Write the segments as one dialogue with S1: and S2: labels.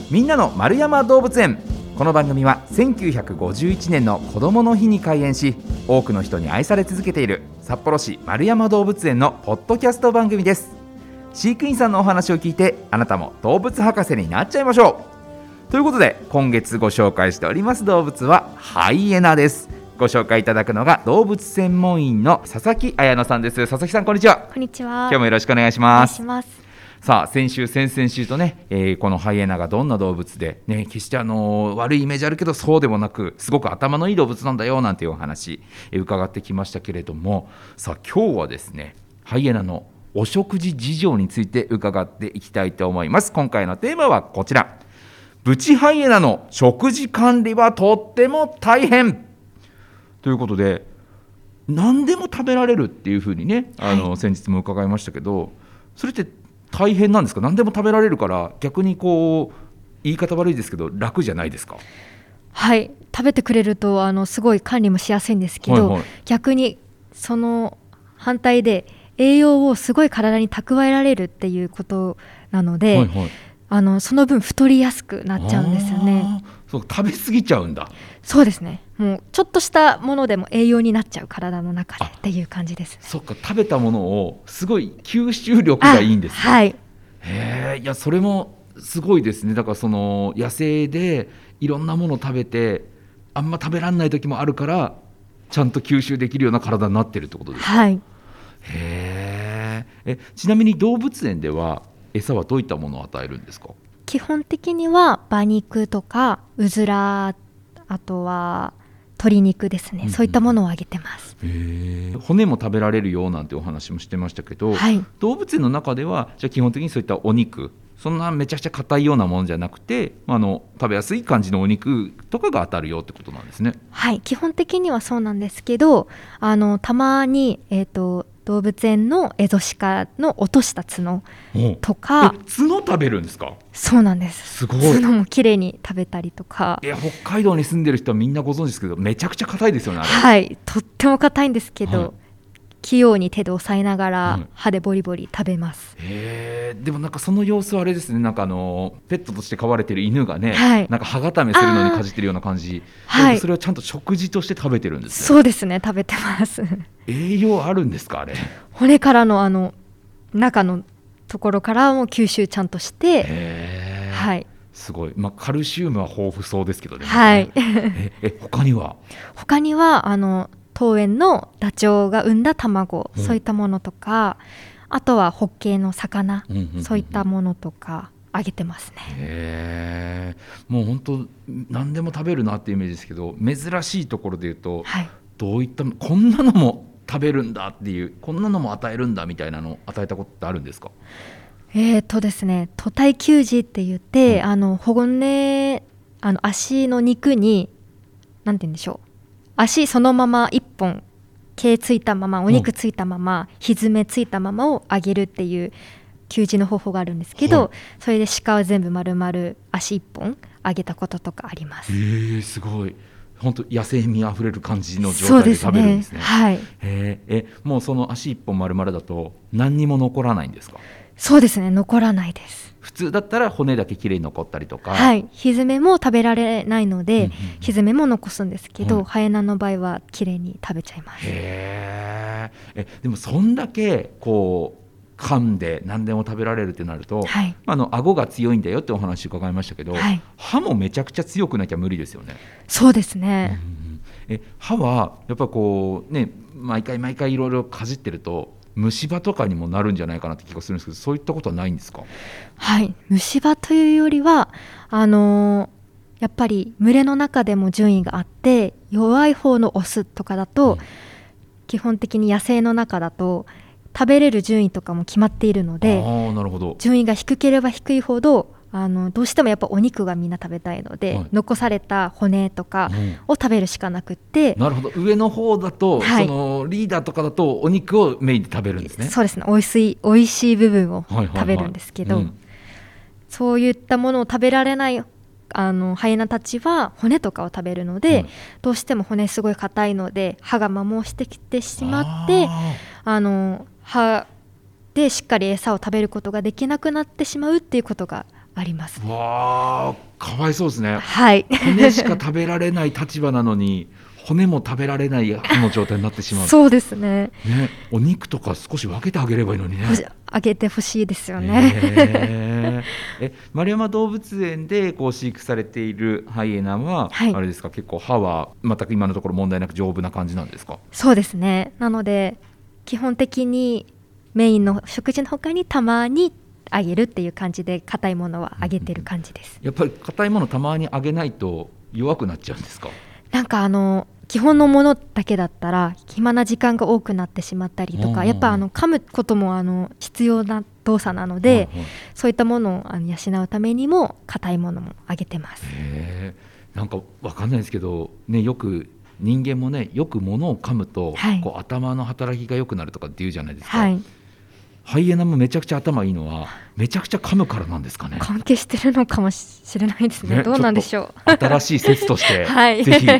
S1: みんなの丸山動物園。この番組は1951年の子どもの日に開園し、多くの人に愛され続けている札幌市丸山動物園のポッドキャスト番組です。飼育員さんのお話を聞いて、あなたも動物博士になっちゃいましょう。ということで、今月ご紹介しております動物はハイエナです。ご紹介いただくのが動物専門員の佐々木彩乃さんです。佐々木さん、こんにちは。
S2: こんにちは。
S1: 今日もよろしくお願いします。
S2: お願いします。
S1: さあ、先週先々週とね、このハイエナがどんな動物で、ね、決して悪いイメージあるけどそうでもなく、すごく頭のいい動物なんだよなんていうお話、伺ってきましたけれども、さあ今日はですね、ハイエナのお食事事情について伺っていきたいと思います。今回のテーマはこちら。ブチハイエナの食事管理はとっても大変ということで、何でも食べられるっていうふうにね、先日も伺いましたけど、それって大変なんですか？何でも食べられるから逆にこう、言い方悪いですけど楽じゃないですか？
S2: はい、食べてくれるとすごい管理もしやすいんですけど、逆にその反対で栄養をすごい体に蓄えられるっていうことなので、その分太りやすくなっちゃうんですよね。
S1: そう、食べ過ぎちゃうんだ。
S2: そうですね。もうちょっとしたものでも栄養になっちゃう、体の中でっていう感じですね。
S1: そっか、食べたものをすごい吸収力がいいんですね。
S2: はい。
S1: いや、それもすごいですね。だからその野生でいろんなものを食べて、あんま食べられない時もあるからちゃんと吸収できるような体になってるってことですか？
S2: はい。
S1: ちなみに動物園では餌はどういったものを与えるんですか？
S2: 基本的には馬肉とかうずら、あとは鶏肉ですね、そういったものをあげてます。
S1: 骨も食べられるよなんてお話もしてましたけど、動物園の中ではじゃあ基本的にそういったお肉、そんなめちゃくちゃ硬いようなものじゃなくて、食べやすい感じのお肉とかが当たるよってことなんですね。
S2: はい、基本的にはそうなんですけど、たまに、動物園のエゾシカの落とした角とか。
S1: 角食べるんですか？
S2: そうなんです。
S1: すごい。
S2: 角もきれいに食べたりとか。
S1: 北海道に住んでる人はみんなご存知ですけど、めちゃくちゃ硬いですよね、あれ。
S2: はい、とっても硬いんですけど、器用に手で押さえながら、歯でボリボリ食べます。
S1: でもなんかその様子はあれですね、なんかペットとして飼われてる犬がね、なんか歯固めするのにかじってるような感じ、それはちゃんと食事として食べてるんですね。
S2: そうですね、食べてます。
S1: 栄養あるんですか、あれ？
S2: 骨からの中のところからも吸収ちゃんとして、はい、
S1: すごい。カルシウムは豊富そうですけどね。
S2: はい。
S1: 他には
S2: 当園のダチョウが産んだ卵、そういったものとか、あとはホッケーの魚、そういったものとかあげてますね。
S1: もう本当何でも食べるなっていうイメージですけど、珍しいところで言うと、どういったこんなのも食べるんだっていう、こんなのも与えるんだみたいなのを与えたことってあるんですか？
S2: ですね、屠体給餌って言って、骨、足の肉になんて言うんでしょう、足そのまま1本毛ついたまま、お肉ついたまま、ひづめついたままをあげるっていう給餌の方法があるんですけど、それで鹿は全部丸々足1本あげたこととかあります。
S1: すごい。本当野生味あふれる感じの状態で食べるんですね。
S2: はい。
S1: もうその足1本丸々だと何にも残らないんですか？
S2: そうですね、残らないです。
S1: 普通だったら骨だけきれいに残ったりとか、
S2: ひづめも食べられないので、ひづめも残すんですけど、ハイエナの場合はきれいに食べちゃいます。
S1: でもそんだけこう噛んで何でも食べられるってなると、顎が強いんだよってお話伺いましたけど、歯もめちゃくちゃ強くなきゃ無理ですよね。
S2: そうですね。
S1: 歯はやっぱこうね、毎回いろいろかじってると虫歯とかにもなるんじゃないかなって気がするんですけど、そういったことはないんですか？
S2: はい、虫歯というよりはやっぱり群れの中でも順位があって、弱い方のオスとかだと、基本的に野生の中だと食べれる順位とかも決まっているので、順位が低ければ低いほどどうしてもやっぱお肉がみんな食べたいので、残された骨とかを食べるしかなくって、
S1: なるほど。上の方だと、そのリーダーとかだとお肉をメインで食べるんですね。
S2: そうですね、おいしい部分を食べるんですけど、そういったものを食べられないハイエナたちは骨とかを食べるので、どうしても骨すごい硬いので歯が摩耗してきてしまって、歯でしっかり餌を食べることができなくなってしまうっていうことがあります。
S1: わあ、かわいそうですね。
S2: はい。
S1: 骨しか食べられない立場なのに骨も食べられない歯の状態になってしまう。
S2: そうですね。
S1: ね、お肉とか少し分けてあげればいいのにね。
S2: あげてほしいですよね。
S1: 丸山動物園でこう飼育されているハイエナは、
S2: はい、
S1: あれですか、結構歯は全く今のところ問題なく丈夫な感じなんですか？
S2: そうですね。なので基本的にメインの食事の他にたまにあげるっていう感じで硬いものはあげてる感じです。
S1: やっぱり硬いものたまにあげないと弱くなっちゃうんですか？
S2: なんか基本のものだけだったら暇な時間が多くなってしまったりとか、やっぱ噛むことも必要な動作なので、そういったものを養うためにも硬いものもあげてます。
S1: なんかわかんないですけど、ね、よく人間もね、よく物を噛むと、こう頭の働きが良くなるとかって言うじゃないですか。ハイエナもめちゃくちゃ頭いいのはめちゃくちゃ噛むからなんですかね。
S2: 関係してるのかもしれないですね。どうなんでしょう。
S1: 新しい説として、ぜひ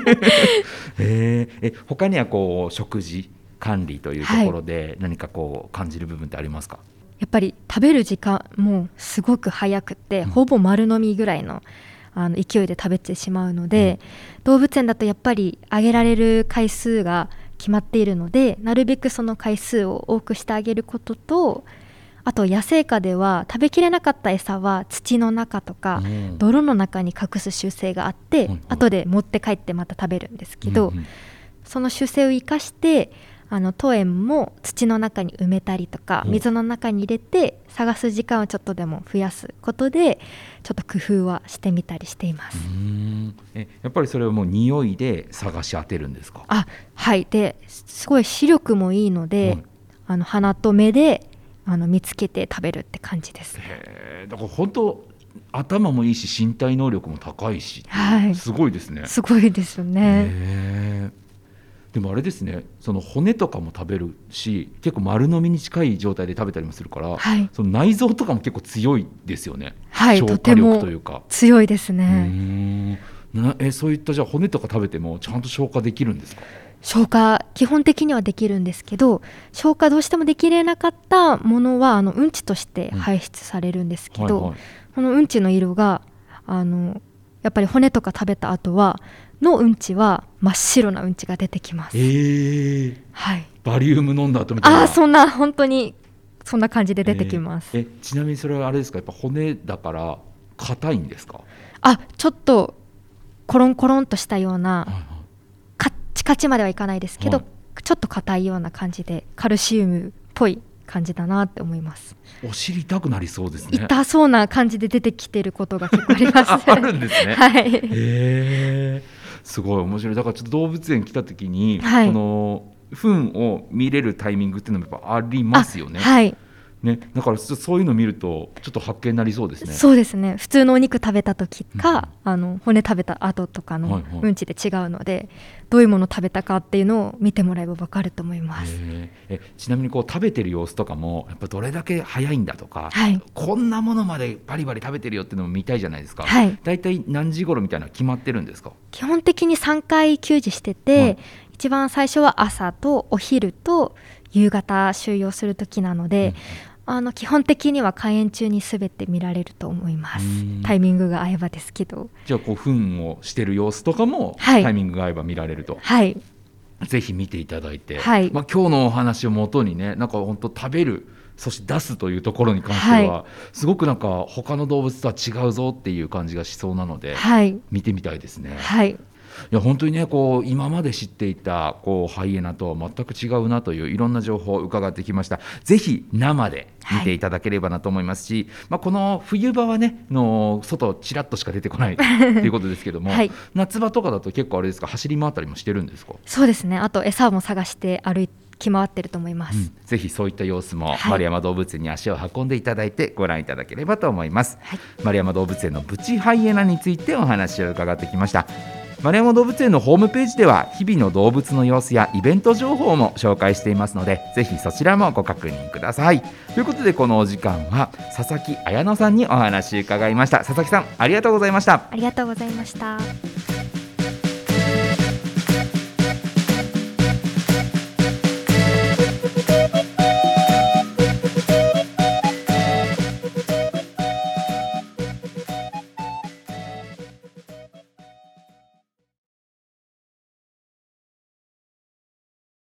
S1: 他にはこう食事管理というところで何かこう感じる部分ってありますか？
S2: やっぱり食べる時間もすごく早くて、ほぼ丸飲みぐらいの勢いで食べてしまうので、動物園だとやっぱりあげられる回数が決まっているので、なるべくその回数を多くしてあげることと、あと野生下では食べきれなかった餌は土の中とか泥の中に隠す習性があって、後で持って帰ってまた食べるんですけど、その習性を生かして当園も土の中に埋めたりとか水の中に入れて探す時間をちょっとでも増やすことでちょっと工夫はしてみたりしています。
S1: やっぱりそれはもう匂いで探し当てるんですか？
S2: はい。ですごい視力もいいので、鼻と目で見つけて食べるって感じです。
S1: だから本当頭もいいし身体能力も高いし、すごいですね。
S2: すごいですね。
S1: でもあれですね、その骨とかも食べるし、結構丸飲みに近い状態で食べたりもするから、その内臓とかも結構強いですよね。消化力というか
S2: 強いですね。
S1: そういったじゃあ骨とか食べてもちゃんと消化できるんですか？
S2: 消化基本的にはできるんですけど、消化どうしてもできれなかったものはうんちとして排出されるんですけど、このうんちの色がやっぱり骨とか食べた後のうんちは真っ白なうんちが出てきます。
S1: バリウム飲んだ後みたいな。
S2: 本当にそんな感じで出てきます。
S1: ちなみにそれはあれですか、やっぱ骨だから硬いんですか？
S2: ちょっとコロンコロンとしたような、カッチカチまではいかないですけど、ちょっと硬いような感じでカルシウムっぽい感じだなって思います。
S1: お尻痛くなりそうですね。
S2: 痛そうな感じで出てきてることが結構あります。
S1: あるんですね。すごい面白い。だからちょっと動物園来た時に、この糞を見れるタイミングっていうのもやっぱありますよね。だからそういうのを見るとちょっと発見になりそうですね。
S2: そうですね。普通のお肉食べた時か、骨食べた後とかのうんちで違うので、どういうものを食べたかっていうのを見てもらえば分かると思います。
S1: ちなみにこう食べてる様子とかもやっぱどれだけ早いんだとか、こんなものまでバリバリ食べてるよっていうのも見たいじゃないですか。だいたい何時頃みたいなの決まってるんですか？
S2: 基本的に3回給仕してて、一番最初は朝とお昼と夕方収容する時なので、基本的には開園中に全て見られると思います。タイミングが合えばですけど。
S1: じゃあこう糞をしてる様子とかもタイミングが合えば見られると。ぜひ見ていただいて、今日のお話をもとにね、なんか本当食べる、そして出すというところに関しては、すごくなんか他の動物とは違うぞっていう感じがしそうなので、見てみたいですね。いや本当にね、こう今まで知っていたこうハイエナとは全く違うなといういろんな情報を伺ってきました。ぜひ生で見ていただければなと思いますし、この冬場はね外ちらっとしか出てこないということですけども、夏場とかだと結構あれですか、走り回ったりもしてるんですか？
S2: そうですね。あと餌も探して歩き回ってると思います。
S1: ぜひそういった様子も丸山動物園に足を運んでいただいてご覧いただければと思います。丸山動物園のプチハイエナについてお話を伺ってきました。丸山動物園のホームページでは日々の動物の様子やイベント情報も紹介していますので、ぜひそちらもご確認ください。ということでこのお時間は佐々木彩乃さんにお話を伺いました。佐々木さん、ありがとうございました。
S2: ありがとうございました。